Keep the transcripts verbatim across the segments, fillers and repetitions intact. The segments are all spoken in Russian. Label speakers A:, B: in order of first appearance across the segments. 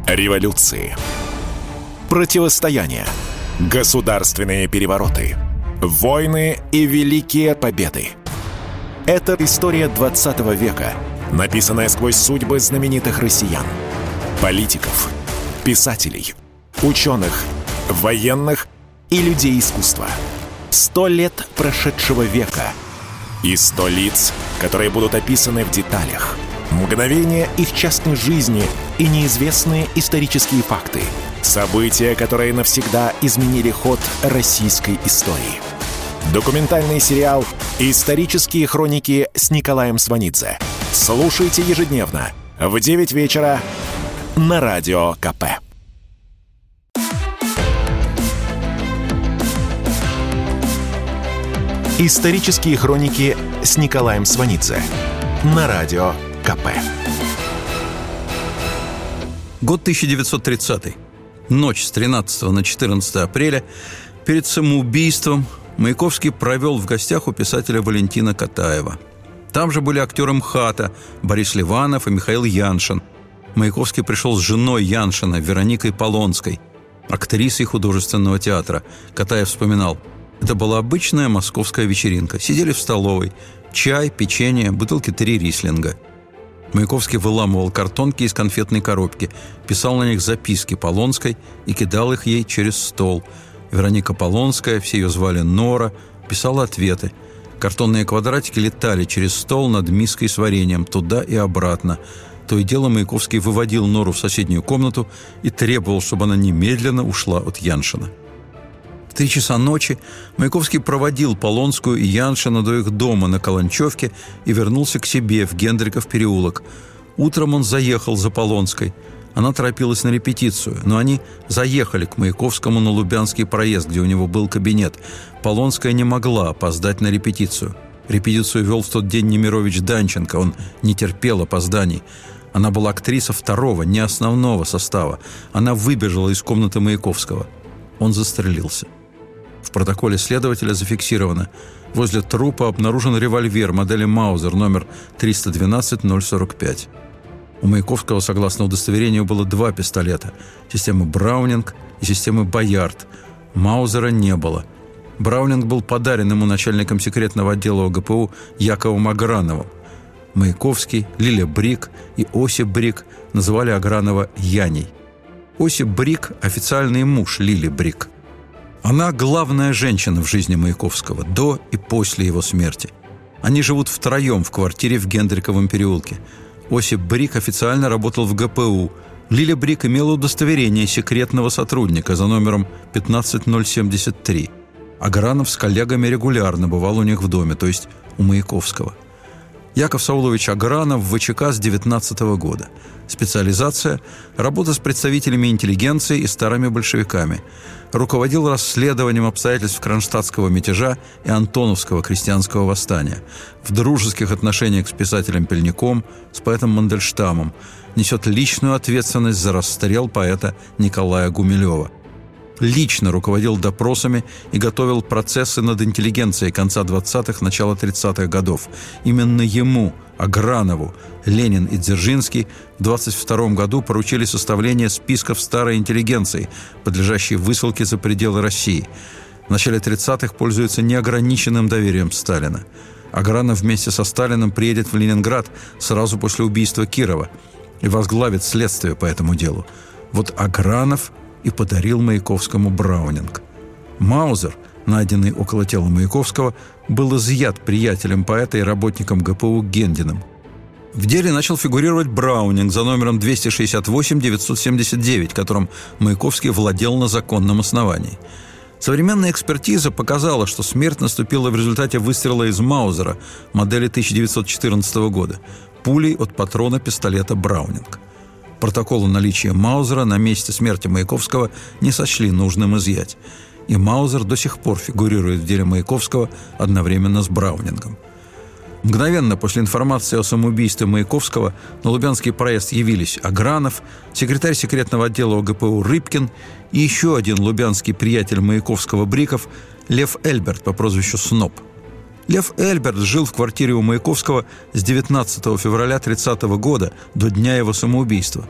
A: Революции, противостояния, государственные перевороты, войны и великие победы. Это история двадцатого века, написанная сквозь судьбы знаменитых россиян, политиков, писателей, ученых, военных и людей искусства. Сто лет прошедшего века и сто лиц, которые будут описаны в деталях. Мгновения их частной жизни и неизвестные исторические факты. События, которые навсегда изменили ход российской истории. Документальный сериал «Исторические хроники» с Николаем Сванидзе. Слушайте ежедневно в девять вечера на Радио КП. «Исторические хроники» с Николаем Сванидзе на Радио КП.
B: Год тысяча девятьсот тридцатый. Ночь с тринадцатого на четырнадцатое апреля. Перед самоубийством Маяковский провел в гостях у писателя Валентина Катаева. Там же были актеры МХАТа Борис Ливанов и Михаил Яншин. Маяковский пришел с женой Яншина, Вероникой Полонской, актрисой художественного театра. Катаев вспоминал: это была обычная московская вечеринка. Сидели в столовой. Чай, печенье, бутылки три рислинга. Маяковский выламывал картонки из конфетной коробки, писал на них записки Полонской и кидал их ей через стол. Вероника Полонская, все ее звали Нора, писала ответы. Картонные квадратики летали через стол над миской с вареньем, туда и обратно. То и дело Маяковский выводил Нору в соседнюю комнату и требовал, чтобы она немедленно ушла от Яншина. В три часа ночи Маяковский проводил Полонскую и Яншина до их дома на Каланчевке и вернулся к себе в Гендриков переулок. Утром он заехал за Полонской. Она торопилась на репетицию, но они заехали к Маяковскому на Лубянский проезд, где у него был кабинет. Полонская не могла опоздать на репетицию. Репетицию вел в тот день Немирович Данченко, он не терпел опозданий. Она была актриса второго, не основного состава. Она выбежала из комнаты Маяковского. Он застрелился. В протоколе следователя зафиксировано: возле трупа обнаружен револьвер модели Маузер номер триста двенадцать ноль сорок пять. У Маяковского, согласно удостоверению, было два пистолета – системы Браунинг и системы Боярд. Маузера не было. Браунинг был подарен ему начальником секретного отдела ОГПУ Яковом Аграновым. Маяковский, Лиля Брик и Осип Брик называли Агранова Яней. Осип Брик – официальный муж Лили Брик. Она главная женщина в жизни Маяковского до и после его смерти. Они живут втроем в квартире в Гендриковом переулке. Осип Брик официально работал в ГПУ. Лиля Брик имела удостоверение секретного сотрудника за номером пятнадцать ноль семьдесят три. Агранов с коллегами регулярно бывал у них в доме, то есть у Маяковского. Яков Саулович Агранов в ВЧК с девятнадцатого года. Специализация – работа с представителями интеллигенции и старыми большевиками. Руководил расследованием обстоятельств кронштадтского мятежа и Антоновского крестьянского восстания. В дружеских отношениях с писателем Пельником, с поэтом Мандельштамом. Несет личную ответственность за расстрел поэта Николая Гумилева. Лично руководил допросами и готовил процессы над интеллигенцией конца двадцатых, начала тридцатых годов. Именно ему, Агранову, Ленин и Дзержинский в двадцать втором году поручили составление списков старой интеллигенции, подлежащей высылке за пределы России. В начале тридцатых пользуется неограниченным доверием Сталина. Агранов вместе со Сталиным приедет в Ленинград сразу после убийства Кирова и возглавит следствие по этому делу. Вот Агранов и подарил Маяковскому Браунинг. Маузер, найденный около тела Маяковского, был изъят приятелем поэта и работником ГПУ Гендиным. В деле начал фигурировать Браунинг за номером двести шестьдесят восемь девятьсот семьдесят девять, которым Маяковский владел на законном основании. Современная экспертиза показала, что смерть наступила в результате выстрела из Маузера модели тысяча девятьсот четырнадцатого года, пулей от патрона пистолета Браунинг. Протокол о наличии Маузера на месте смерти Маяковского не сочли нужным изъять. И Маузер до сих пор фигурирует в деле Маяковского одновременно с Браунингом. Мгновенно после информации о самоубийстве Маяковского на Лубянский проезд явились Агранов, секретарь секретного отдела ОГПУ Рыбкин и еще один лубянский приятель Маяковского Бриков Лев Эльберт по прозвищу Сноб. Лев Эльберт жил в квартире у Маяковского с девятнадцатого февраля тридцатого года до дня его самоубийства.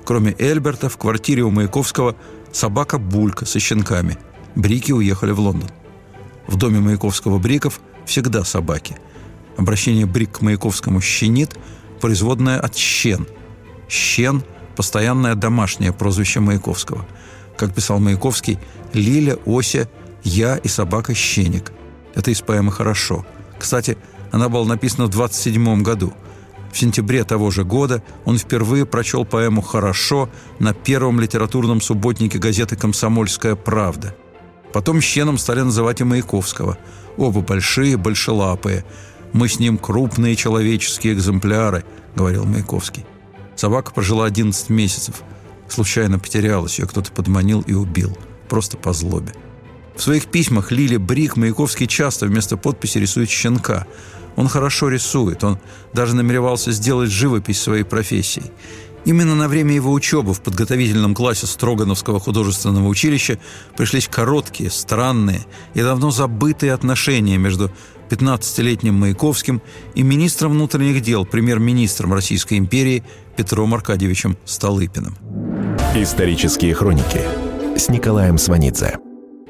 B: Кроме Эльберта, в квартире у Маяковского собака Булька со щенками. Брики уехали в Лондон. В доме Маяковского Бриков всегда собаки. Обращение Брик к Маяковскому «щенит» – производное от «щен». «Щен» – постоянное домашнее прозвище Маяковского. Как писал Маяковский, «Лиля, Ося, я и собака Щеник». Это из поэмы «Хорошо». Кстати, она была написана в двадцать седьмом году. В сентябре того же года он впервые прочел поэму «Хорошо» на первом литературном субботнике газеты «Комсомольская правда». Потом щеном стали называть и Маяковского. Оба большие, большелапые. «Мы с ним крупные человеческие экземпляры», — говорил Маяковский. Собака прожила одиннадцать месяцев. Случайно потерялась, ее кто-то подманил и убил. Просто по злобе. В своих письмах Лиле Брик Маяковский часто вместо подписи рисует щенка. Он хорошо рисует, он даже намеревался сделать живопись своей профессией. Именно на время его учебы в подготовительном классе Строгановского художественного училища пришлись короткие, странные и давно забытые отношения между пятнадцатилетним Маяковским и министром внутренних дел, премьер-министром Российской империи Петром Аркадьевичем Столыпиным.
A: Исторические хроники с Николаем Сванидзе.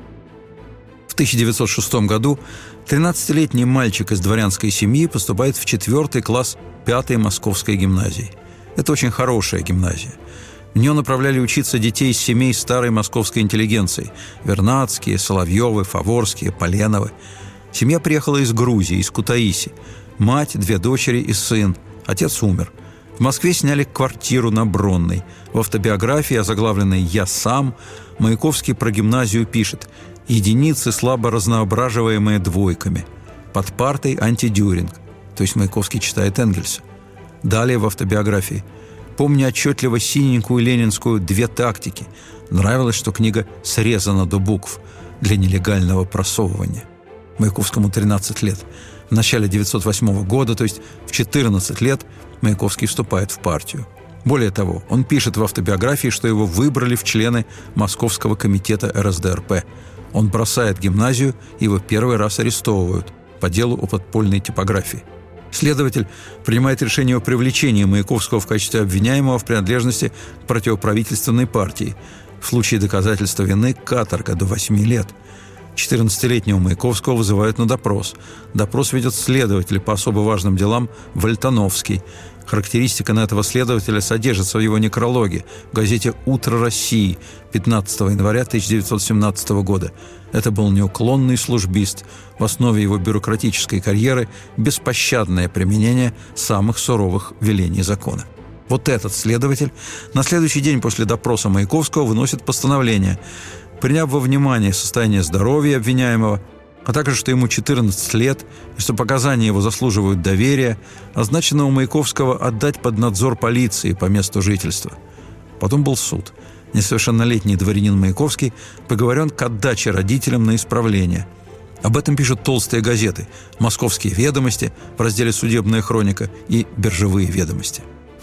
B: В тысяча девятьсот шестом году тринадцатилетний мальчик из дворянской семьи поступает в четвертый класс пятой Московской гимназии. Это очень хорошая гимназия. В нее направляли учиться детей из семей старой московской интеллигенции – Вернадские, Соловьевы, Фаворские, Поленовы. Семья приехала из Грузии, из Кутаиси. Мать, две дочери и сын. Отец умер. В Москве сняли квартиру на Бронной. В автобиографии, озаглавленной «Я сам», Маяковский про гимназию пишет: «Единицы, слабо разноображиваемые двойками. Под партой антидюринг». То есть Маяковский читает Энгельса. Далее в автобиографии: «Помню отчетливо синенькую ленинскую «Две тактики». Нравилось, что книга срезана до букв для нелегального просовывания». Маяковскому тринадцать лет. В начале девятьсот восьмого года, то есть в четырнадцать лет, Маяковский вступает в партию. Более того, он пишет в автобиографии, что его выбрали в члены Московского комитета эр эс дэ эр пэ. Он бросает гимназию, и его первый раз арестовывают по делу о подпольной типографии. Следователь принимает решение о привлечении Маяковского в качестве обвиняемого в принадлежности к противоправительственной партии. В случае доказательства вины – каторга до восьми лет. четырнадцатилетнего Маяковского вызывают на допрос. Допрос ведет следователь по особо важным делам Вольтановский. Характеристика на этого следователя содержится в его некрологе в газете «Утро России» пятнадцатого января тысяча девятьсот семнадцатого года. Это был неуклонный службист. В основе его бюрократической карьеры беспощадное применение самых суровых велений закона. Вот этот следователь на следующий день после допроса Маяковского выносит постановление, приняв во внимание состояние здоровья обвиняемого, а также, что ему четырнадцать лет и что показания его заслуживают доверия, означено у Маяковского отдать под надзор полиции по месту жительства. Потом был суд. Несовершеннолетний дворянин Маяковский приговорен к отдаче родителям на исправление. Об этом пишут толстые газеты «Московские ведомости» в разделе «Судебная хроника» и «Биржевые ведомости».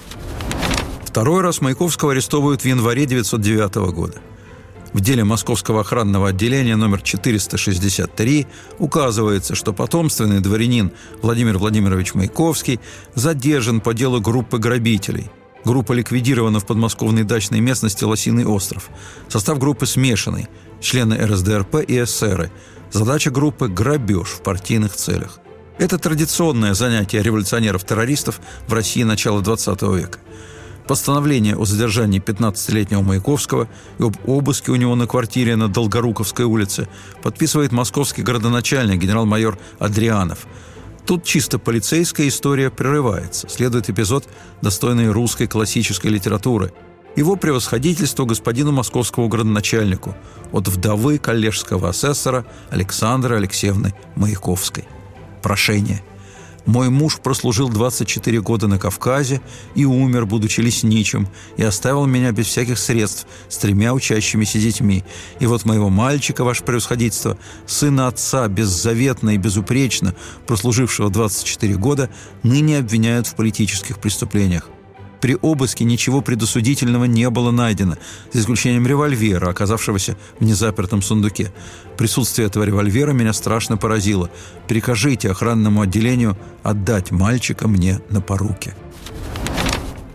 B: Второй раз Маяковского арестовывают в январе девятьсот девятого года. В деле Московского охранного отделения номер четыреста шестьдесят три указывается, что потомственный дворянин Владимир Владимирович Маяковский задержан по делу группы грабителей. Группа ликвидирована в подмосковной дачной местности Лосиный остров. Состав группы смешанный. Члены эр эс дэ эр пэ и эсеры. Задача группы – грабеж в партийных целях. Это традиционное занятие революционеров-террористов в России начала двадцатого века. Постановление о задержании пятнадцатилетнего Маяковского и об обыске у него на квартире на Долгоруковской улице подписывает московский городоначальник генерал-майор Адрианов. Тут чисто полицейская история прерывается. Следует эпизод, достойный русской классической литературы. Его превосходительство господину московскому градоначальнику от вдовы коллежского асессора Александры Алексеевны Маяковской. Прошение. Мой муж прослужил двадцать четыре года на Кавказе и умер, будучи лесничим, и оставил меня без всяких средств с тремя учащимися детьми. И вот моего мальчика, ваше превосходительство, сына отца, беззаветно и безупречно, прослужившего двадцать четыре года, ныне обвиняют в политических преступлениях. При обыске ничего предосудительного не было найдено, за исключением револьвера, оказавшегося в незапертом сундуке. Присутствие этого револьвера меня страшно поразило. Прикажите охранному отделению отдать мальчика мне на поруки.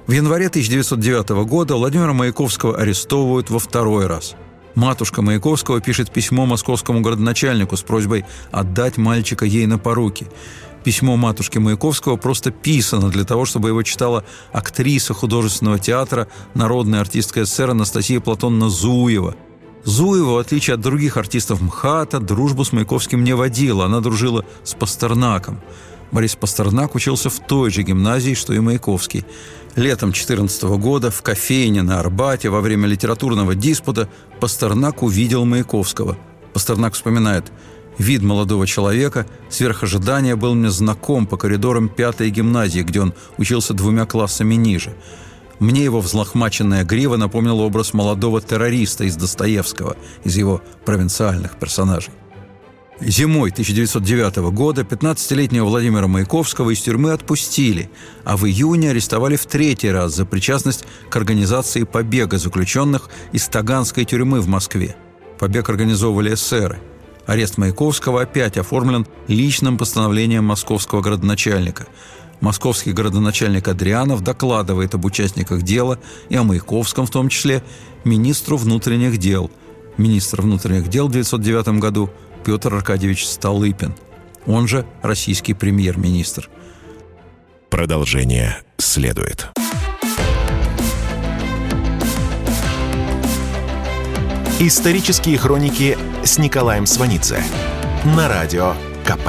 B: В январе тысяча девятьсот девятого года Владимира Маяковского арестовывают во второй раз. Матушка Маяковского пишет письмо московскому градоначальнику с просьбой отдать мальчика ей на поруки. Письмо матушки Маяковского просто писано для того, чтобы его читала актриса художественного театра, народная артистка СССР Анастасия Платоновна Зуева. Зуева, в отличие от других артистов МХАТа, дружбу с Маяковским не водила. Она дружила с Пастернаком. Борис Пастернак учился в той же гимназии, что и Маяковский. Летом две тысячи четырнадцатого года в кофейне на Арбате во время литературного диспута Пастернак увидел Маяковского. Пастернак вспоминает: «Вид молодого человека сверх ожидания был мне знаком по коридорам пятой гимназии, где он учился двумя классами ниже. Мне его взлохмаченная грива напомнила образ молодого террориста из Достоевского, из его провинциальных персонажей». Зимой тысяча девятьсот девятого года пятнадцатилетнего Владимира Маяковского из тюрьмы отпустили, а в июне арестовали в третий раз за причастность к организации побега заключенных из Таганской тюрьмы в Москве. Побег организовывали эсеры. Арест Маяковского опять оформлен личным постановлением московского градоначальника. Московский градоначальник Адрианов докладывает об участниках дела и о Маяковском в том числе министру внутренних дел. Министр внутренних дел в девятьсот девятом году Петр Аркадьевич Столыпин, он же российский премьер-министр.
A: Продолжение следует. Исторические хроники с Николаем Сванидзе на Радио КП.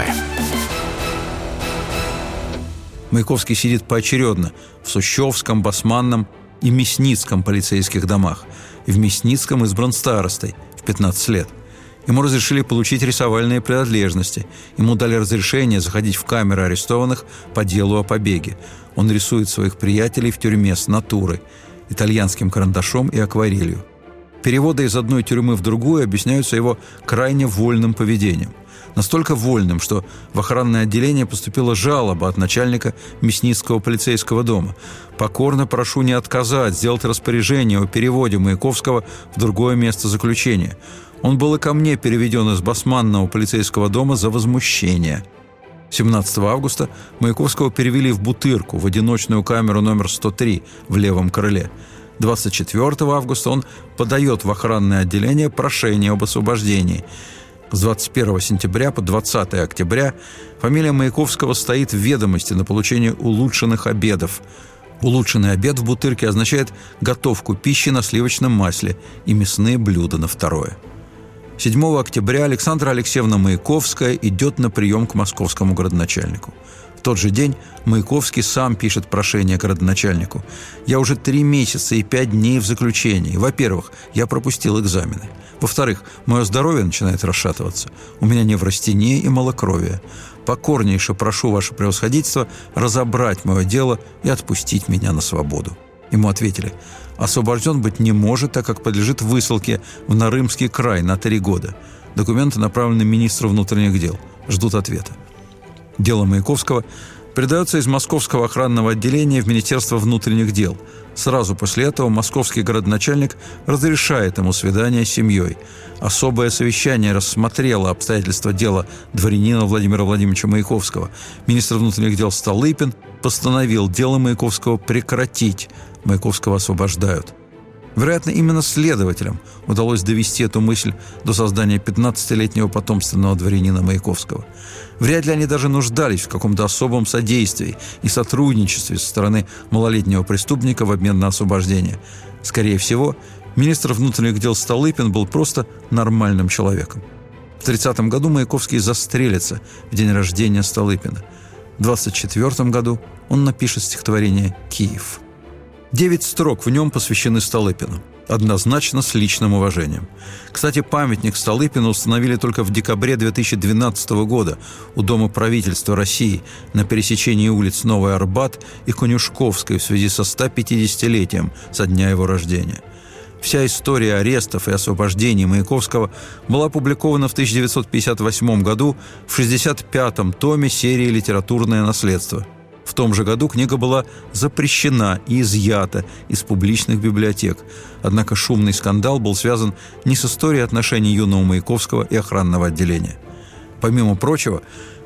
B: Маяковский сидит поочередно в Сущевском, Басманном и Мясницком полицейских домах. И в Мясницком избран старостой в пятнадцать лет. Ему разрешили получить рисовальные принадлежности. Ему дали разрешение заходить в камеры арестованных по делу о побеге. Он рисует своих приятелей в тюрьме с натуры, итальянским карандашом и акварелью. Переводы из одной тюрьмы в другую объясняются его крайне вольным поведением. Настолько вольным, что в охранное отделение поступила жалоба от начальника Мясницкого полицейского дома. «Покорно прошу не отказать, сделать распоряжение о переводе Маяковского в другое место заключения. Он был и ко мне переведен из Басманного полицейского дома за возмущение». семнадцатого августа Маяковского перевели в Бутырку, в одиночную камеру номер сто три в левом крыле. двадцать четвёртого августа он подает в охранное отделение прошение об освобождении. С двадцать первого сентября по двадцатое октября фамилия Маяковского стоит в ведомости на получение улучшенных обедов. Улучшенный обед в Бутырке означает готовку пищи на сливочном масле и мясные блюда на второе. седьмого октября Александра Алексеевна Маяковская идет на прием к московскому градоначальнику. В тот же день Маяковский сам пишет прошение градоначальнику. «Я уже три месяца и пять дней в заключении. Во-первых, я пропустил экзамены. Во-вторых, мое здоровье начинает расшатываться. У меня неврастения и малокровие. Покорнейше прошу ваше превосходительство разобрать мое дело и отпустить меня на свободу». Ему ответили: «Освобожден быть не может, так как подлежит высылке в Нарымский край на три года. Документы направлены министру внутренних дел. Ждут ответа». Дело Маяковского передается из московского охранного отделения в Министерство внутренних дел. Сразу после этого московский городоначальник разрешает ему свидание с семьей. Особое совещание рассмотрело обстоятельства дела дворянина Владимира Владимировича Маяковского. Министр внутренних дел Столыпин постановил дело Маяковского прекратить. Маяковского освобождают. Вероятно, именно следователям удалось довести эту мысль до создания пятнадцатилетнего потомственного дворянина Маяковского. Вряд ли они даже нуждались в каком-то особом содействии и сотрудничестве со стороны малолетнего преступника в обмен на освобождение. Скорее всего, министр внутренних дел Столыпин был просто нормальным человеком. В тридцатом году Маяковский застрелится в день рождения Столыпина. В двадцать четвёртом году он напишет стихотворение «Киев». Девять строк в нем посвящены Столыпину, однозначно с личным уважением. Кстати, памятник Столыпину установили только в декабре две тысячи двенадцатого года у Дома правительства России на пересечении улиц Новый Арбат и Конюшковской в связи со сто пятидесятилетием со дня его рождения. Вся история арестов и освобождений Маяковского была опубликована в тысяча девятьсот пятьдесят восьмом году в шестьдесят пятом томе серии «Литературное наследство». В том же году книга была запрещена и изъята из публичных библиотек. Однако шумный скандал был связан не с историей отношений юного Маяковского и охранного отделения. Помимо прочего,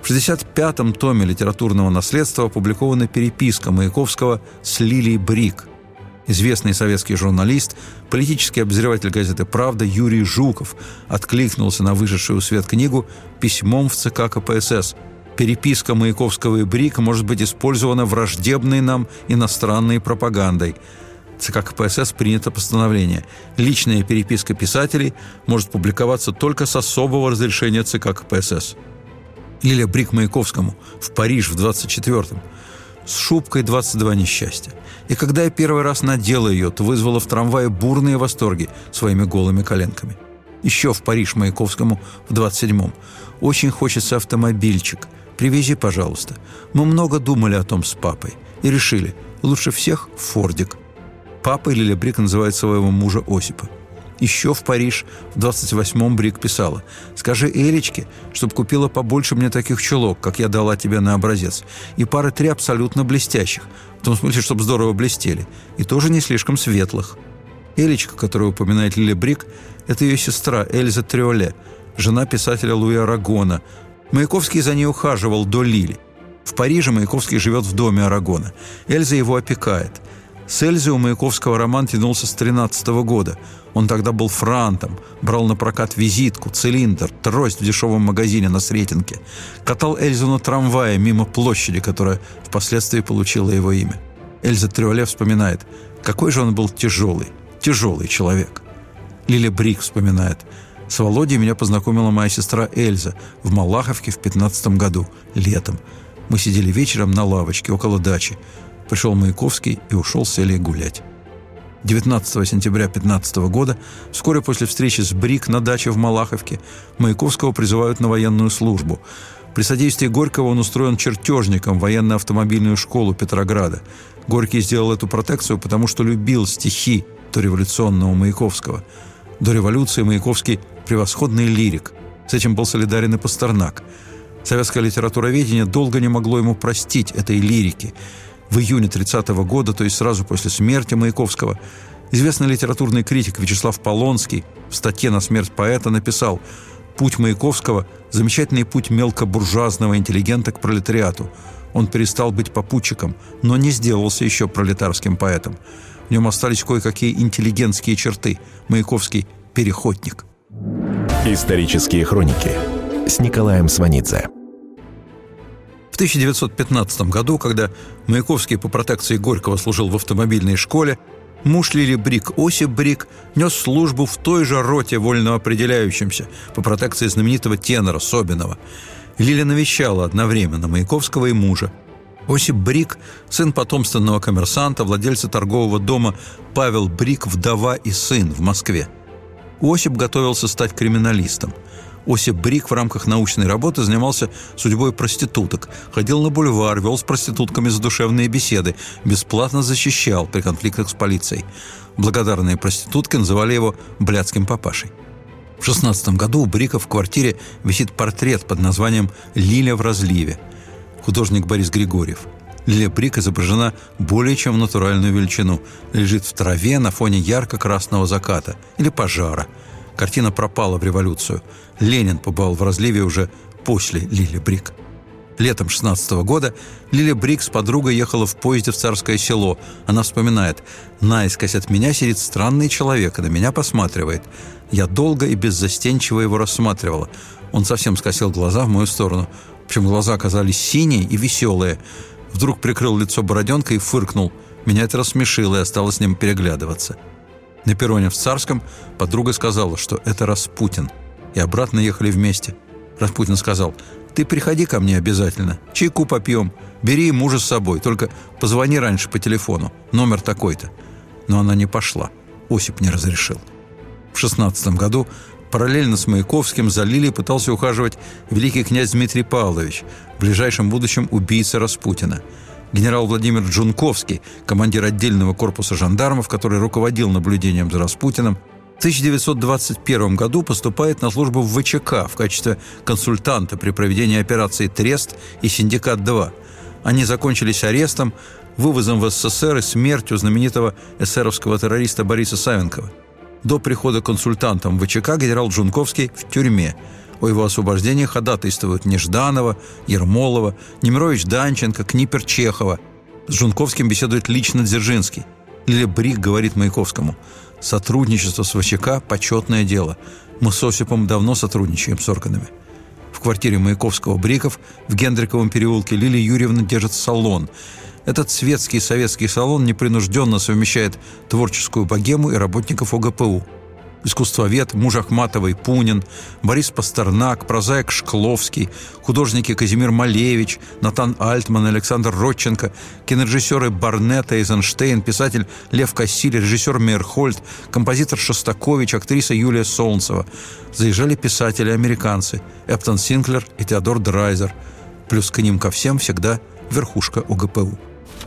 B: В шестьдесят пятом томе литературного наследства опубликована переписка Маяковского с Лилией Брик. Известный советский журналист, политический обозреватель газеты «Правда» Юрий Жуков откликнулся на вышедшую в свет книгу письмом в ЦК ка пэ эс эс. Переписка Маяковского и Брик может быть использована враждебной нам иностранной пропагандой. ЦК ка пэ эс эс принято постановление. Личная переписка писателей может публиковаться только с особого разрешения ЦК ка пэ эс эс. Лилия Брик Маяковскому в Париж в двадцать четвёртом. С шубкой двадцать два несчастья. И когда я первый раз надела ее, то вызвала в трамвае бурные восторги своими голыми коленками. Еще в Париж Маяковскому в двадцать седьмом. Очень хочется автомобильчик. Привези, пожалуйста. Мы много думали о том с папой. И решили, лучше всех фордик. Папой Лилия Брик называет своего мужа Осипа. Еще в Париж в двадцать восьмом Брик писала: «Скажи Элечке, чтоб купила побольше мне таких чулок, как я дала тебе на образец, и пары три абсолютно блестящих, в том смысле, чтобы здорово блестели, и тоже не слишком светлых». Элечка, которую упоминает Лилия Брик, это ее сестра Эльза Триоле, жена писателя Луи Арагона. Маяковский за ней ухаживал до Лили. В Париже Маяковский живет в доме Арагона. Эльза его опекает. С Эльзой у Маяковского роман тянулся с тринадцатого года. Он тогда был франтом, брал на прокат визитку, цилиндр, трость в дешевом магазине на Сретенке. Катал Эльзу на трамвае мимо площади, которая впоследствии получила его имя. Эльза Триоле вспоминает, какой же он был тяжелый, тяжелый человек. Лилия Брик вспоминает: «С Володей меня познакомила моя сестра Эльза в Малаховке в пятнадцатом году, летом. Мы сидели вечером на лавочке около дачи. Пришел Маяковский и ушел с Элей гулять». девятнадцатого сентября пятнадцатого года, вскоре после встречи с Брик на даче в Малаховке, Маяковского призывают на военную службу. При содействии Горького он устроен чертежником в военно-автомобильную школу Петрограда. Горький сделал эту протекцию, потому что любил стихи дореволюционного Маяковского. До революции Маяковский – превосходный лирик. С этим был солидарен и Пастернак. Советское литературоведение долго не могло ему простить этой лирики. В июне тридцатого года, то есть сразу после смерти Маяковского, известный литературный критик Вячеслав Полонский в статье «На смерть поэта» написал: «Путь Маяковского – замечательный путь мелкобуржуазного интеллигента к пролетариату. Он перестал быть попутчиком, но не сделался еще пролетарским поэтом. В нем остались кое-какие интеллигентские черты. Маяковский – переходник».
A: Исторические хроники с Николаем Сванидзе.
B: В тысяча девятьсот пятнадцатом году, когда Маяковский по протекции Горького служил в автомобильной школе, муж Лилии Брик, Осип Брик, нес службу в той же роте вольноопределяющимся по протекции знаменитого тенора Собинова. Лиля навещала одновременно Маяковского и мужа. Осип Брик, сын потомственного коммерсанта, владельца торгового дома Павел Брик, вдова и сын в Москве. Осип готовился стать криминалистом. Осип Брик в рамках научной работы занимался судьбой проституток, ходил на бульвар, вел с проститутками задушевные беседы, бесплатно защищал при конфликтах с полицией. Благодарные проститутки называли его «блядским папашей». В шестнадцатом году у Брика в квартире висит портрет под названием «Лиля в разливе». Художник Борис Григорьев. Лилия Брик изображена более чем в натуральную величину. Лежит в траве на фоне ярко-красного заката или пожара. Картина пропала в революцию. Ленин побывал в разливе уже после Лили Брик. Летом шестнадцатого года Лилия Брик с подругой ехала в поезде в Царское Село. Она вспоминает: «Наискось от меня сидит странный человек и на меня посматривает. Я долго и беззастенчиво его рассматривала. Он совсем скосил глаза в мою сторону. Причем глаза оказались синие и веселые. Вдруг прикрыл лицо бороденкой и фыркнул. Меня это рассмешило, и осталось с ним переглядываться». На перроне в Царском подруга сказала, что это Распутин. И обратно ехали вместе. Распутин сказал: «Ты приходи ко мне обязательно, чайку попьем, бери мужа с собой, только позвони раньше по телефону, номер такой-то». Но она не пошла, Осип не разрешил. В шестнадцатом году параллельно с Маяковским за Лилией пытался ухаживать великий князь Дмитрий Павлович, в ближайшем будущем убийца Распутина. Генерал Владимир Джунковский, командир отдельного корпуса жандармов, который руководил наблюдением за Распутиным, в тысяча девятьсот двадцать первом году поступает на службу в вэ че ка в качестве консультанта при проведении операции «Трест» и «Синдикат-два». Они закончились арестом, вывозом в эс эс эс эр и смертью знаменитого эсеровского террориста Бориса Савенкова. До прихода консультантом в вэ че ка генерал Джунковский в тюрьме. О его освобождении ходатайствуют Нежданова, Ермолова, Немирович Данченко, Книпер Чехова. С Жунковским беседует лично Дзержинский. Лиля Брик говорит Маяковскому: «Сотрудничество с ВЧК – почетное дело. Мы с Осипом давно сотрудничаем с органами». В квартире Маяковского Бриков в Гендриковом переулке Лилия Юрьевна держит салон. Этот светский советский салон непринужденно совмещает творческую богему и работников ОГПУ. Искусствовед муж Ахматовой Пунин, Борис Пастернак, прозаик Шкловский, художники Казимир Малевич, Натан Альтман, Александр Родченко, кинорежиссеры Барнетт, Эйзенштейн, писатель Лев Кассиль, режиссер Мейерхольд, композитор Шостакович, актриса Юлия Солнцева. Заезжали писатели-американцы Эптон Синклер и Теодор Драйзер. Плюс к ним ко всем всегда верхушка ОГПУ.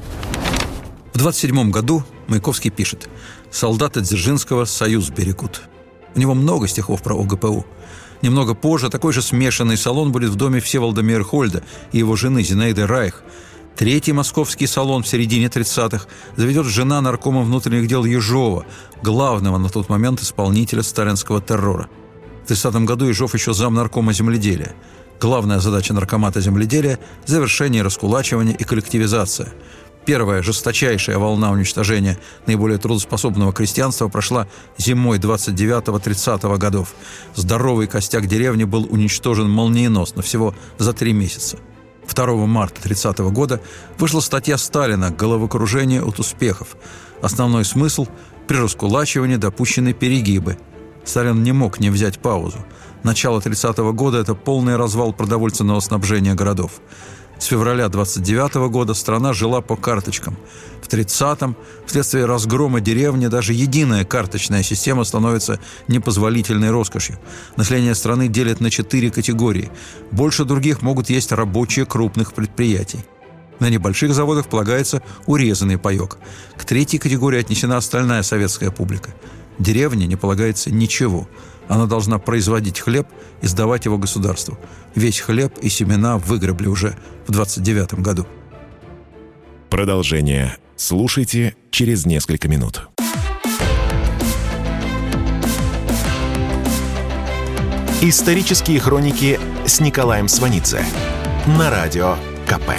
B: В двадцать седьмом году Маяковский пишет: «Солдаты Дзержинского союз берегут». У него много стихов про ОГПУ. Немного позже такой же смешанный салон будет в доме Всеволода Мейерхольда и его жены Зинаиды Райх. Третий московский салон в середине тридцатых заведет жена наркома внутренних дел Ежова, главного на тот момент исполнителя сталинского террора. В тридцатом году Ежов еще зам наркома земледелия. Главная задача наркомата земледелия – завершение раскулачивания и коллективизация. Первая жесточайшая волна уничтожения наиболее трудоспособного крестьянства прошла зимой двадцать девятого тридцатого годов. Здоровый костяк деревни был уничтожен молниеносно, всего за три месяца. второго марта тридцатого года вышла статья Сталина «Головокружение от успехов». Основной смысл – при раскулачивании допущены перегибы. Сталин не мог не взять паузу. Начало тридцатого года – это полный развал продовольственного снабжения городов. С февраля двадцать девятого года страна жила по карточкам. В тридцатом, вследствие разгрома деревни, даже единая карточная система становится непозволительной роскошью. Население страны делят на четыре категории. Больше других могут есть рабочие крупных предприятий. На небольших заводах полагается урезанный паёк. К третьей категории отнесена остальная советская публика. Деревне не полагается ничего. Она должна производить хлеб и сдавать его государству. Весь хлеб и семена выгребли уже в двадцать девятом году.
A: Продолжение слушайте через несколько минут. Исторические хроники с Николаем Сванидзе на Радио КП.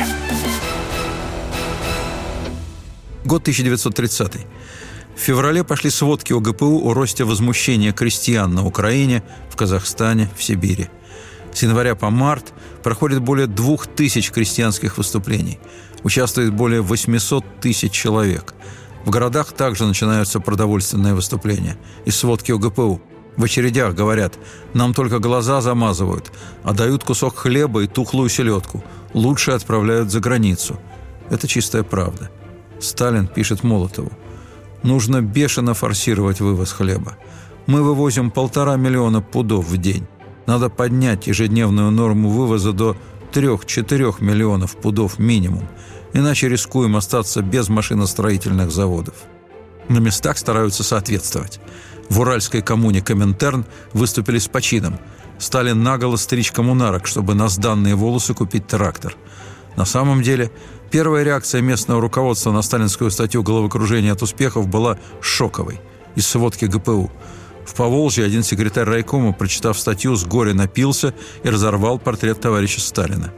B: Год тысяча девятьсот тридцатый. В феврале пошли сводки ОГПУ о росте возмущения крестьян на Украине, в Казахстане, в Сибири. С января по март проходит более двух тысяч крестьянских выступлений. Участвует более восемьсот тысяч человек. В городах также начинаются продовольственные выступления. Из сводки ОГПУ. В очередях говорят: «Нам только глаза замазывают, а дают кусок хлеба и тухлую селедку. Лучше отправляют за границу». Это чистая правда. Сталин пишет Молотову: «Нужно бешено форсировать вывоз хлеба. Мы вывозим полтора миллиона пудов в день. Надо поднять ежедневную норму вывоза до трех-четырех миллионов пудов минимум, иначе рискуем остаться без машиностроительных заводов». На местах стараются соответствовать. В уральской коммуне Коминтерн выступили с почином. Сталин наголо стричь коммунарок, чтобы на сданные волосы купить трактор. На самом деле, первая реакция местного руководства на сталинскую статью «Головокружение от успехов» была шоковой. Из сводки ГПУ. В Поволжье один секретарь райкома, прочитав статью, с горя напился и разорвал портрет товарища Сталина.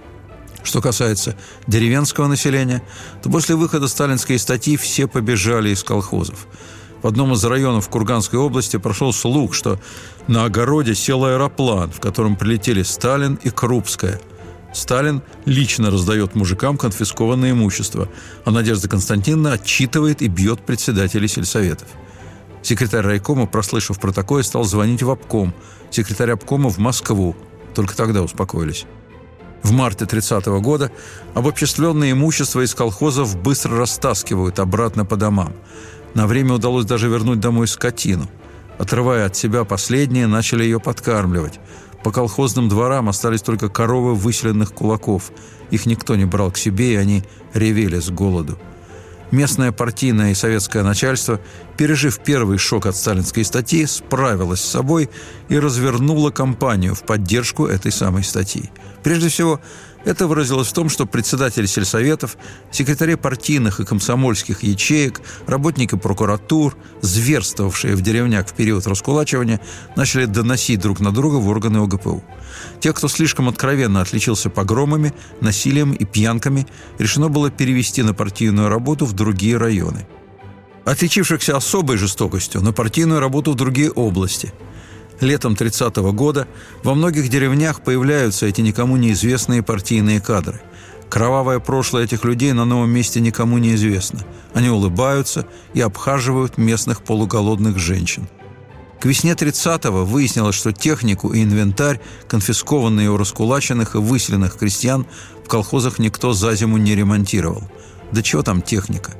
B: Что касается деревенского населения, то после выхода сталинской статьи все побежали из колхозов. В одном из районов Курганской области прошел слух, что на огороде сел аэроплан, в котором прилетели Сталин и Крупская. Сталин лично раздает мужикам конфискованное имущество, а Надежда Константиновна отчитывает и бьет председателей сельсоветов. Секретарь райкома, прослышав про такое, стал звонить в обком, секретарь обкома в Москву. Только тогда успокоились. В марте тридцатого года обобществленное имущество из колхозов быстро растаскивают обратно по домам. На время удалось даже вернуть домой скотину. Отрывая от себя последнее, начали ее подкармливать. По колхозным дворам остались только коровы выселенных кулаков. Их никто не брал к себе, и они ревели с голоду. Местное партийное и советское начальство пережив первый шок от сталинской статьи, справилась с собой и развернула кампанию в поддержку этой самой статьи. Прежде всего, это выразилось в том, что председатели сельсоветов, секретари партийных и комсомольских ячеек, работники прокуратур, зверствовавшие в деревнях в период раскулачивания, начали доносить друг на друга в органы ОГПУ. Тех, кто слишком откровенно отличился погромами, насилием и пьянками, решено было перевести на партийную работу в другие районы. Отличившихся особой жестокостью на партийную работу в другие области. Летом тридцатого года во многих деревнях появляются эти никому неизвестные партийные кадры. Кровавое прошлое этих людей на новом месте никому не известно. Они улыбаются и обхаживают местных полуголодных женщин. К весне тридцатого выяснилось, что технику и инвентарь, конфискованные у раскулаченных и выселенных крестьян, в колхозах никто за зиму не ремонтировал. Да чего там техника?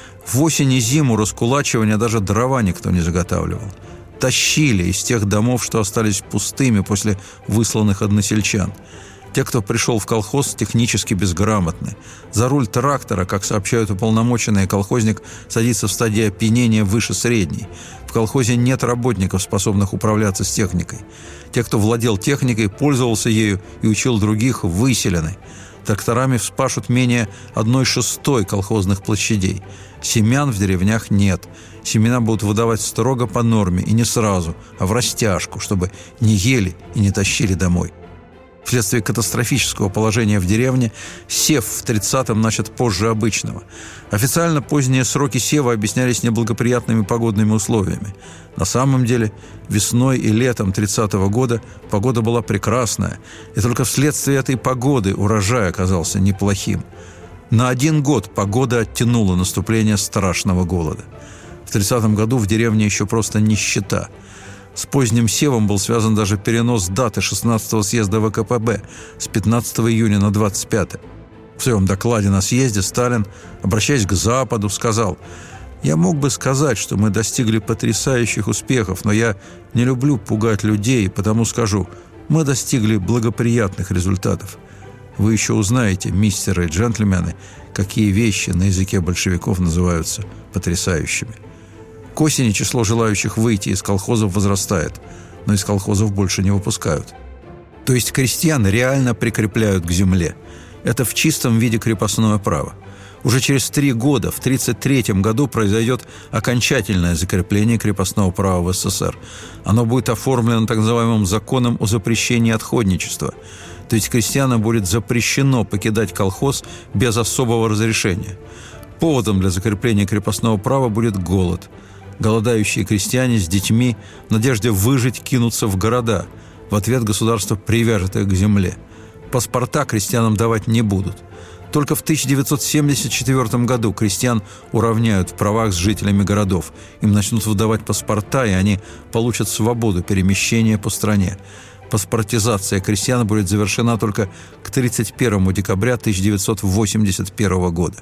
B: В осень и зиму раскулачивания даже дрова никто не заготавливал. Тащили из тех домов, что остались пустыми после высланных односельчан. Те, кто пришел в колхоз, технически безграмотны. За руль трактора, как сообщают уполномоченные, колхозник садится в стадии опьянения выше средней. В колхозе нет работников, способных управляться с техникой. Те, кто владел техникой, пользовался ею и учил других, выселены. Тракторами вспашут менее одной шестой колхозных площадей. Семян в деревнях нет. Семена будут выдавать строго по норме и не сразу, а в растяжку, чтобы не ели и не тащили домой. Вследствие катастрофического положения в деревне сев в тридцатом начат позже обычного. Официально поздние сроки сева объяснялись неблагоприятными погодными условиями. На самом деле весной и летом тридцатого года погода была прекрасная, и только вследствие этой погоды урожай оказался неплохим. На один год погода оттянула наступление страшного голода. В тридцатом году в деревне еще просто нищета. С поздним севом был связан даже перенос даты шестнадцатого съезда ВКПБ с пятнадцатого июня на двадцать пятое. В своем докладе на съезде Сталин, обращаясь к Западу, сказал: «Я мог бы сказать, что мы достигли потрясающих успехов, но я не люблю пугать людей, потому скажу, мы достигли благоприятных результатов. Вы еще узнаете, мистеры и джентльмены, какие вещи на языке большевиков называются потрясающими». К осени число желающих выйти из колхозов возрастает, но из колхозов больше не выпускают. То есть крестьян реально прикрепляют к земле. Это в чистом виде крепостное право. Уже через три года, в тридцать третьем году, произойдет окончательное закрепление крепостного права в СССР. Оно будет оформлено так называемым законом о запрещении отходничества. То есть крестьянам будет запрещено покидать колхоз без особого разрешения. Поводом для закрепления крепостного права будет голод. Голодающие крестьяне с детьми в надежде выжить кинутся в города. В ответ государство привяжет их к земле. Паспорта крестьянам давать не будут. Только в тысяча девятьсот семьдесят четвёртом году крестьян уравняют в правах с жителями городов. Им начнут выдавать паспорта, и они получат свободу перемещения по стране. Паспортизация крестьян будет завершена только к тридцать первому декабря тысяча девятьсот восемьдесят первого года.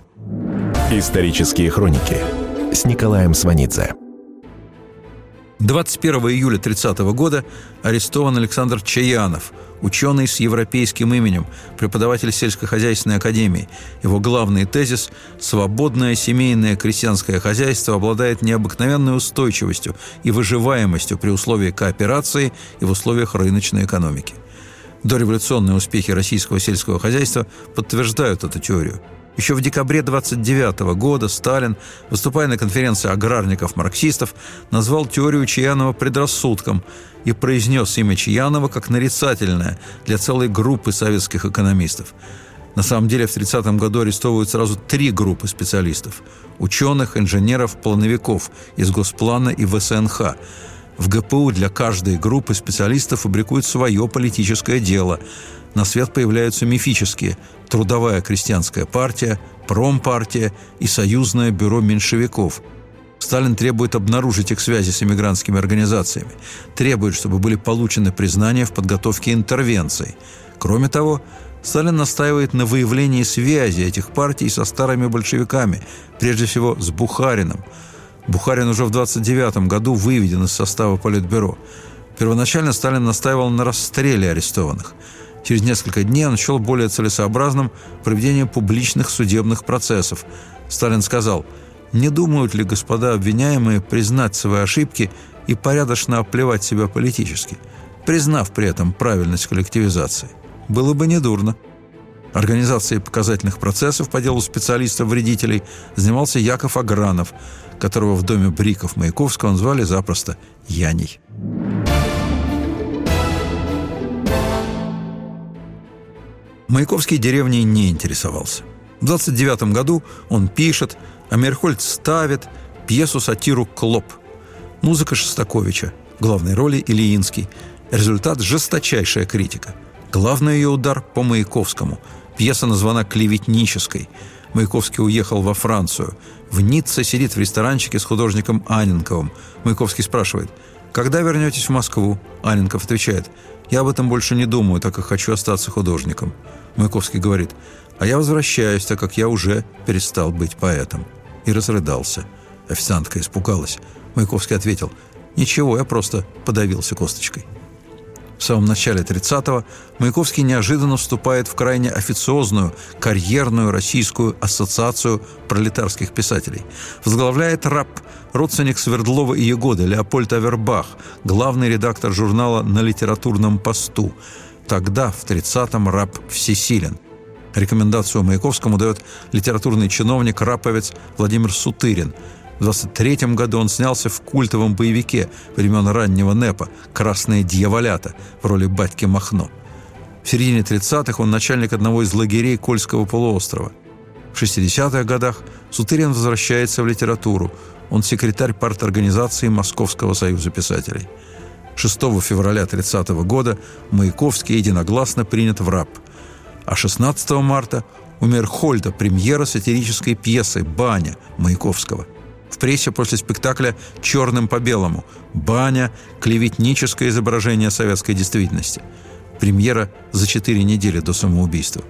A: Исторические хроники с Николаем Сванидзе.
B: двадцать первого июля тридцатого года арестован Александр Чаянов, ученый с европейским именем, преподаватель сельскохозяйственной академии. Его главный тезис – свободное семейное крестьянское хозяйство обладает необыкновенной устойчивостью и выживаемостью при условии кооперации и в условиях рыночной экономики. Дореволюционные успехи российского сельского хозяйства подтверждают эту теорию. Еще в декабре двадцать девятого года Сталин, выступая на конференции аграрников-марксистов, назвал теорию Чаянова предрассудком и произнес имя Чаянова как нарицательное для целой группы советских экономистов. На самом деле в тридцатом году арестовывают сразу три группы специалистов – ученых, инженеров, плановиков из Госплана и ВСНХ. В ГПУ для каждой группы специалистов фабрикуют свое политическое дело. На свет появляются мифические – Трудовая крестьянская партия, Промпартия и Союзное бюро меньшевиков. Сталин требует обнаружить их связи с эмигрантскими организациями, требует, чтобы были получены признания в подготовке интервенций. Кроме того, Сталин настаивает на выявлении связи этих партий со старыми большевиками, прежде всего с Бухариным. Бухарин уже в двадцать девятом году выведен из состава Политбюро. Первоначально Сталин настаивал на расстреле арестованных. Через несколько дней он счел более целесообразным проведение публичных судебных процессов. Сталин сказал: Не думают ли господа обвиняемые признать свои ошибки и порядочно оплевать себя политически, признав при этом правильность коллективизации? Было бы недурно. Организацией показательных процессов по делу специалистов-вредителей занимался Яков Агранов, которого в доме Бриков Маяковского назвали запросто Яней. Маяковский деревней не интересовался. В двадцать девятом году он пишет, а Мейерхольд ставит пьесу-сатиру «Клоп». Музыка Шостаковича, главной роли Ильинский. Результат – жесточайшая критика. Главный ее удар по Маяковскому. Пьеса названа «Клеветнической». Маяковский уехал во Францию. В Ницце сидит в ресторанчике с художником Анненковым. Маяковский спрашивает: «Когда вернетесь в Москву?» Анненков отвечает: «Я об этом больше не думаю, так как хочу остаться художником». Маяковский говорит: «А я возвращаюсь, так как я уже перестал быть поэтом». И разрыдался. Официантка испугалась. Маяковский ответил: «Ничего, я просто подавился косточкой». В самом начале тридцатого Маяковский неожиданно вступает в крайне официозную, карьерную российскую ассоциацию пролетарских писателей. Возглавляет РАП, родственник Свердлова и Егоды, Леопольд Авербах, главный редактор журнала «На литературном посту». Тогда, в тридцатом, РАП всесилен. Рекомендацию Маяковскому дает литературный чиновник, раповец Владимир Сутырин. В двадцать третьем году он снялся в культовом боевике времен раннего НЭПа «Красные дьяволята» в роли батьки Махно. В середине тридцатых он начальник одного из лагерей Кольского полуострова. В шестидесятых годах Сутырин возвращается в литературу. Он секретарь парторганизации Московского союза писателей. шестого февраля тридцатого года Маяковский единогласно принят в РАП. А шестнадцатого марта у Мейерхольда премьера сатирической пьесы «Баня» Маяковского. В прессе после спектакля «Черным по белому» «Баня. Клеветническое изображение советской действительности». Премьера за четыре недели до самоубийства.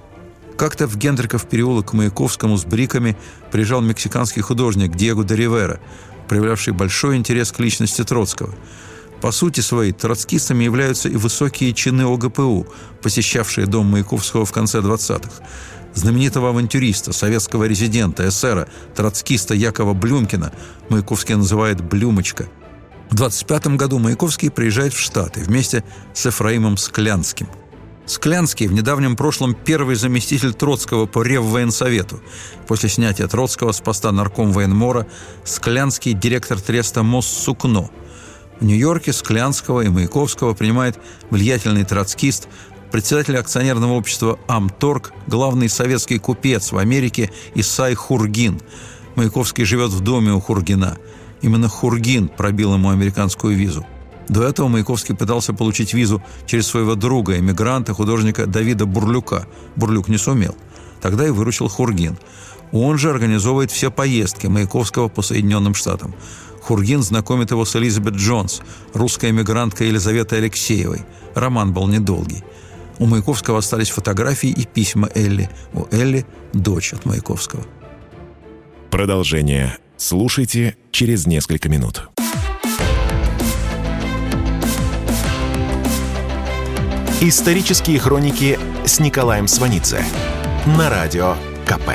B: Как-то в Гендриков переулок к Маяковскому с Бриками приезжал мексиканский художник Диего де Ривера, проявлявший большой интерес к личности Троцкого. По сути своей, троцкистами являются и высокие чины ОГПУ, посещавшие дом Маяковского в конце двадцатых. Знаменитого авантюриста, советского резидента, эсера, троцкиста Якова Блюмкина Маяковский называет «Блюмочка». В двадцать пятом году Маяковский приезжает в Штаты вместе с Ефраимом Склянским. Склянский в недавнем прошлом первый заместитель Троцкого по Реввоенсовету. После снятия Троцкого с поста наркомвоенмора Склянский – директор треста Моссукно. В Нью-Йорке Склянского и Маяковского принимает влиятельный троцкист, председатель акционерного общества «Амторг», главный советский купец в Америке Исай Хургин. Маяковский живет в доме у Хургина. Именно Хургин пробил ему американскую визу. До этого Маяковский пытался получить визу через своего друга, эмигранта, художника Давида Бурлюка. Бурлюк не сумел. Тогда и выручил Хургин. Он же организовывает все поездки Маяковского по Соединенным Штатам. Хургин знакомит его с Элизабет Джонс, русской эмигранткой Елизаветой Алексеевой. Роман был недолгий. У Маяковского остались фотографии и письма Элли. У Элли – дочь от Маяковского.
A: Продолжение слушайте через несколько минут. Исторические хроники с Николаем Сванидзе на радио КП.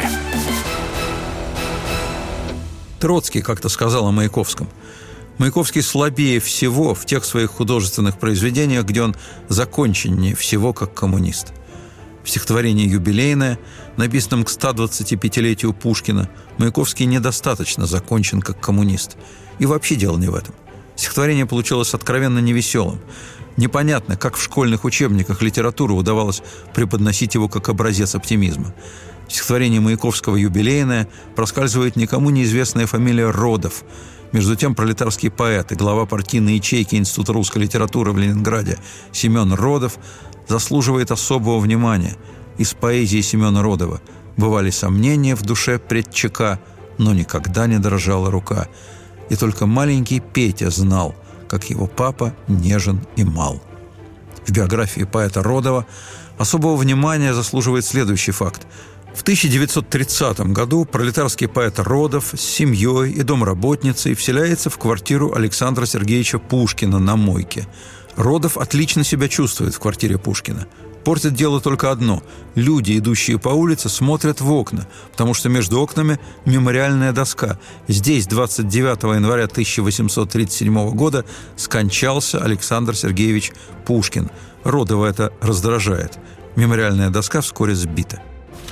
B: Троцкий как-то сказал о Маяковском: Маяковский слабее всего в тех своих художественных произведениях, где он законченнее всего как коммунист. В стихотворении «Юбилейное», написанном к ста двадцатипятилетию Пушкина, Маяковский недостаточно закончен как коммунист. И вообще дело не в этом. Стихотворение получилось откровенно невеселым. Непонятно, как в школьных учебниках литературы удавалось преподносить его как образец оптимизма. В стихотворении Маяковского «Юбилейное» проскальзывает никому неизвестная фамилия Родов. Между тем пролетарский поэт и глава партийной ячейки Института русской литературы в Ленинграде Семен Родов заслуживает особого внимания. Из поэзии Семена Родова бывали сомнения в душе пред ЧК, но никогда не дрожала рука. И только маленький Петя знал, как его папа нежен и мал. В биографии поэта Родова особого внимания заслуживает следующий факт. В тысяча девятьсот тридцатом году пролетарский поэт Родов с семьей и домработницей вселяется в квартиру Александра Сергеевича Пушкина на Мойке. Родов отлично себя чувствует в квартире Пушкина. Портит дело только одно. Люди, идущие по улице, смотрят в окна, потому что между окнами мемориальная доска. Здесь двадцать девятого января тысяча восемьсот тридцать седьмого года скончался Александр Сергеевич Пушкин. Родова это раздражает. Мемориальная доска вскоре сбита.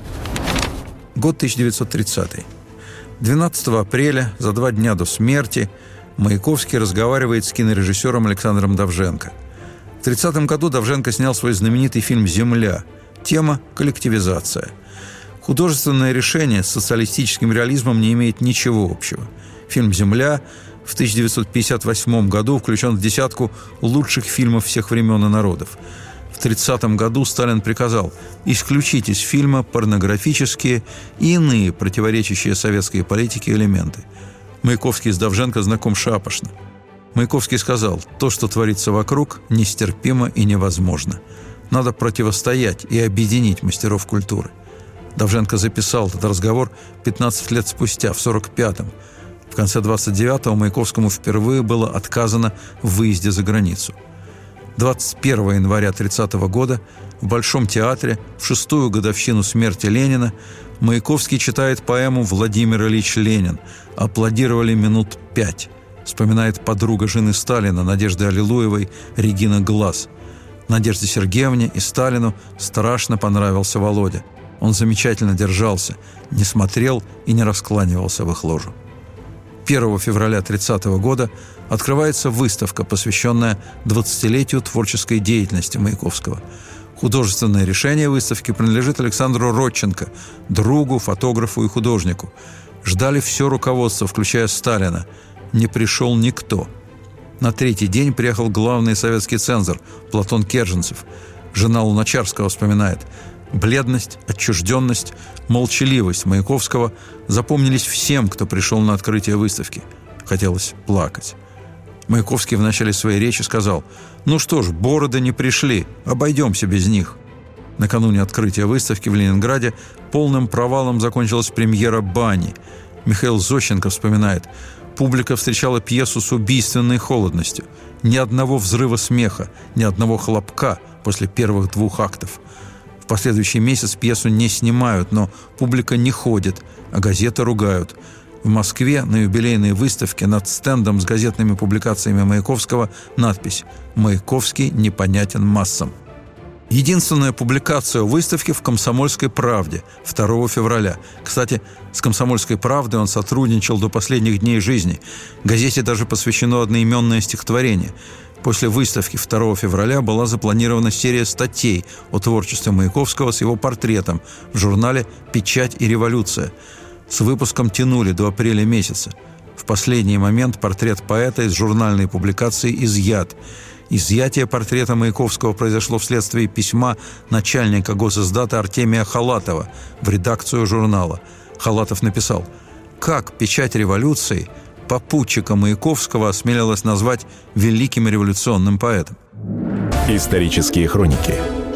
B: Год тысяча девятьсот тридцатый. двенадцатого апреля, за два дня до смерти, Маяковский разговаривает с кинорежиссером Александром Довженко. В тридцатом году Довженко снял свой знаменитый фильм «Земля». Тема – коллективизация. Художественное решение с социалистическим реализмом не имеет ничего общего. Фильм «Земля» в тысяча девятьсот пятьдесят восьмом году включен в десятку лучших фильмов всех времен и народов. В тридцатом году Сталин приказал исключить из фильма порнографические и иные противоречащие советской политике элементы. Маяковский с Довженко знаком шапошно. Маяковский сказал: «То, что творится вокруг, нестерпимо и невозможно. Надо противостоять и объединить мастеров культуры». Довженко записал этот разговор пятнадцать лет спустя, в сорок пятом. В конце двадцать девятого Маяковскому впервые было отказано в выезде за границу. двадцать первого января тридцатого года в Большом театре в шестую годовщину смерти Ленина Маяковский читает поэму «Владимир Ильич Ленин». Аплодировали минут пять. Вспоминает подруга жены Сталина, Надежды Аллилуевой, Регина Глаз. Надежде Сергеевне и Сталину страшно понравился Володя. Он замечательно держался, не смотрел и не раскланивался в их ложу. первого февраля тридцатого года открывается выставка, посвященная двадцатилетию творческой деятельности Маяковского. Художественное решение выставки принадлежит Александру Родченко, другу, фотографу и художнику. Ждали все руководство, включая Сталина. Не пришел никто. На третий день приехал главный советский цензор Платон Керженцев. Жена Луначарского вспоминает: бледность, отчужденность, молчаливость Маяковского запомнились всем, кто пришел на открытие выставки. Хотелось плакать. Маяковский в начале своей речи сказал: «Ну что ж, бороды не пришли, обойдемся без них». Накануне открытия выставки в Ленинграде полным провалом закончилась премьера «Бани». Михаил Зощенко вспоминает: публика встречала пьесу с убийственной холодностью. Ни одного взрыва смеха, ни одного хлопка после первых двух актов. В последующий месяц пьесу не снимают, но публика не ходит, а газеты ругают. В Москве на юбилейной выставке над стендом с газетными публикациями Маяковского надпись «Маяковский непонятен массам». Единственная публикация выставки в «Комсомольской правде» второго февраля. Кстати, с «Комсомольской правдой» он сотрудничал до последних дней жизни. Газете даже посвящено одноименное стихотворение. После выставки второго февраля была запланирована серия статей о творчестве Маяковского с его портретом в журнале «Печать и революция». С выпуском тянули до апреля месяца. В последний момент портрет поэта из журнальной публикации изъят. Изъятие портрета Маяковского произошло вследствие письма начальника госиздата Артемия Халатова в редакцию журнала. Халатов написал: «Как печать революции попутчика Маяковского осмелилась назвать великим революционным поэтом?»
A: Исторические хроники.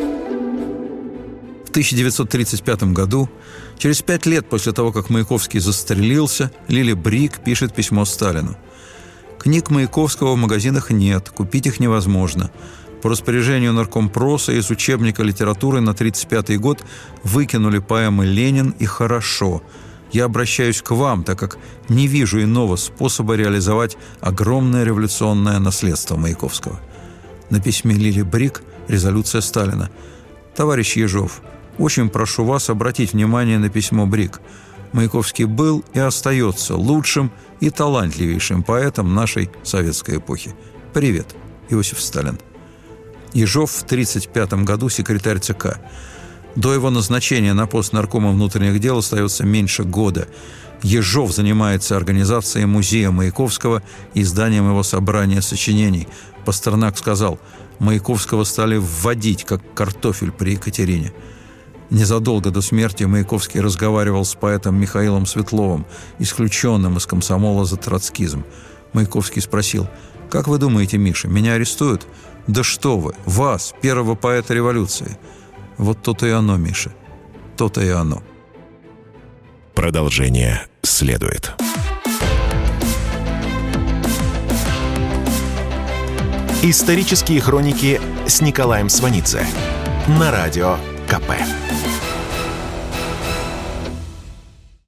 B: В тысяча девятьсот тридцать пятом году, через пять лет после того, как Маяковский застрелился, Лили Брик пишет письмо Сталину. Книг Маяковского в магазинах нет, купить их невозможно. По распоряжению наркомпроса из учебника литературы на тридцать пятый год выкинули поэмы «Ленин» и «Хорошо». Я обращаюсь к вам, так как не вижу иного способа реализовать огромное революционное наследство Маяковского. На письме Лили Брик резолюция Сталина. «Товарищ Ежов, очень прошу вас обратить внимание на письмо Брик. Маяковский был и остается лучшим и талантливейшим поэтом нашей советской эпохи. Привет, Иосиф Сталин». Ежов в тридцать пятом году секретарь ЦК. До его назначения на пост наркома внутренних дел остается меньше года. Ежов занимается организацией музея Маяковского и изданием его собрания сочинений. Пастернак сказал: «Маяковского стали вводить, как картофель при Екатерине». Незадолго до смерти Маяковский разговаривал с поэтом Михаилом Светловым, исключенным из комсомола за троцкизм. Маяковский спросил: «Как вы думаете, Миша, меня арестуют?» «Да что вы, вас, первого поэта революции». Вот то-то и оно, Миша, то-то и оно.
A: Продолжение следует. Исторические хроники с Николаем Сванидзе на Радио ка пэ.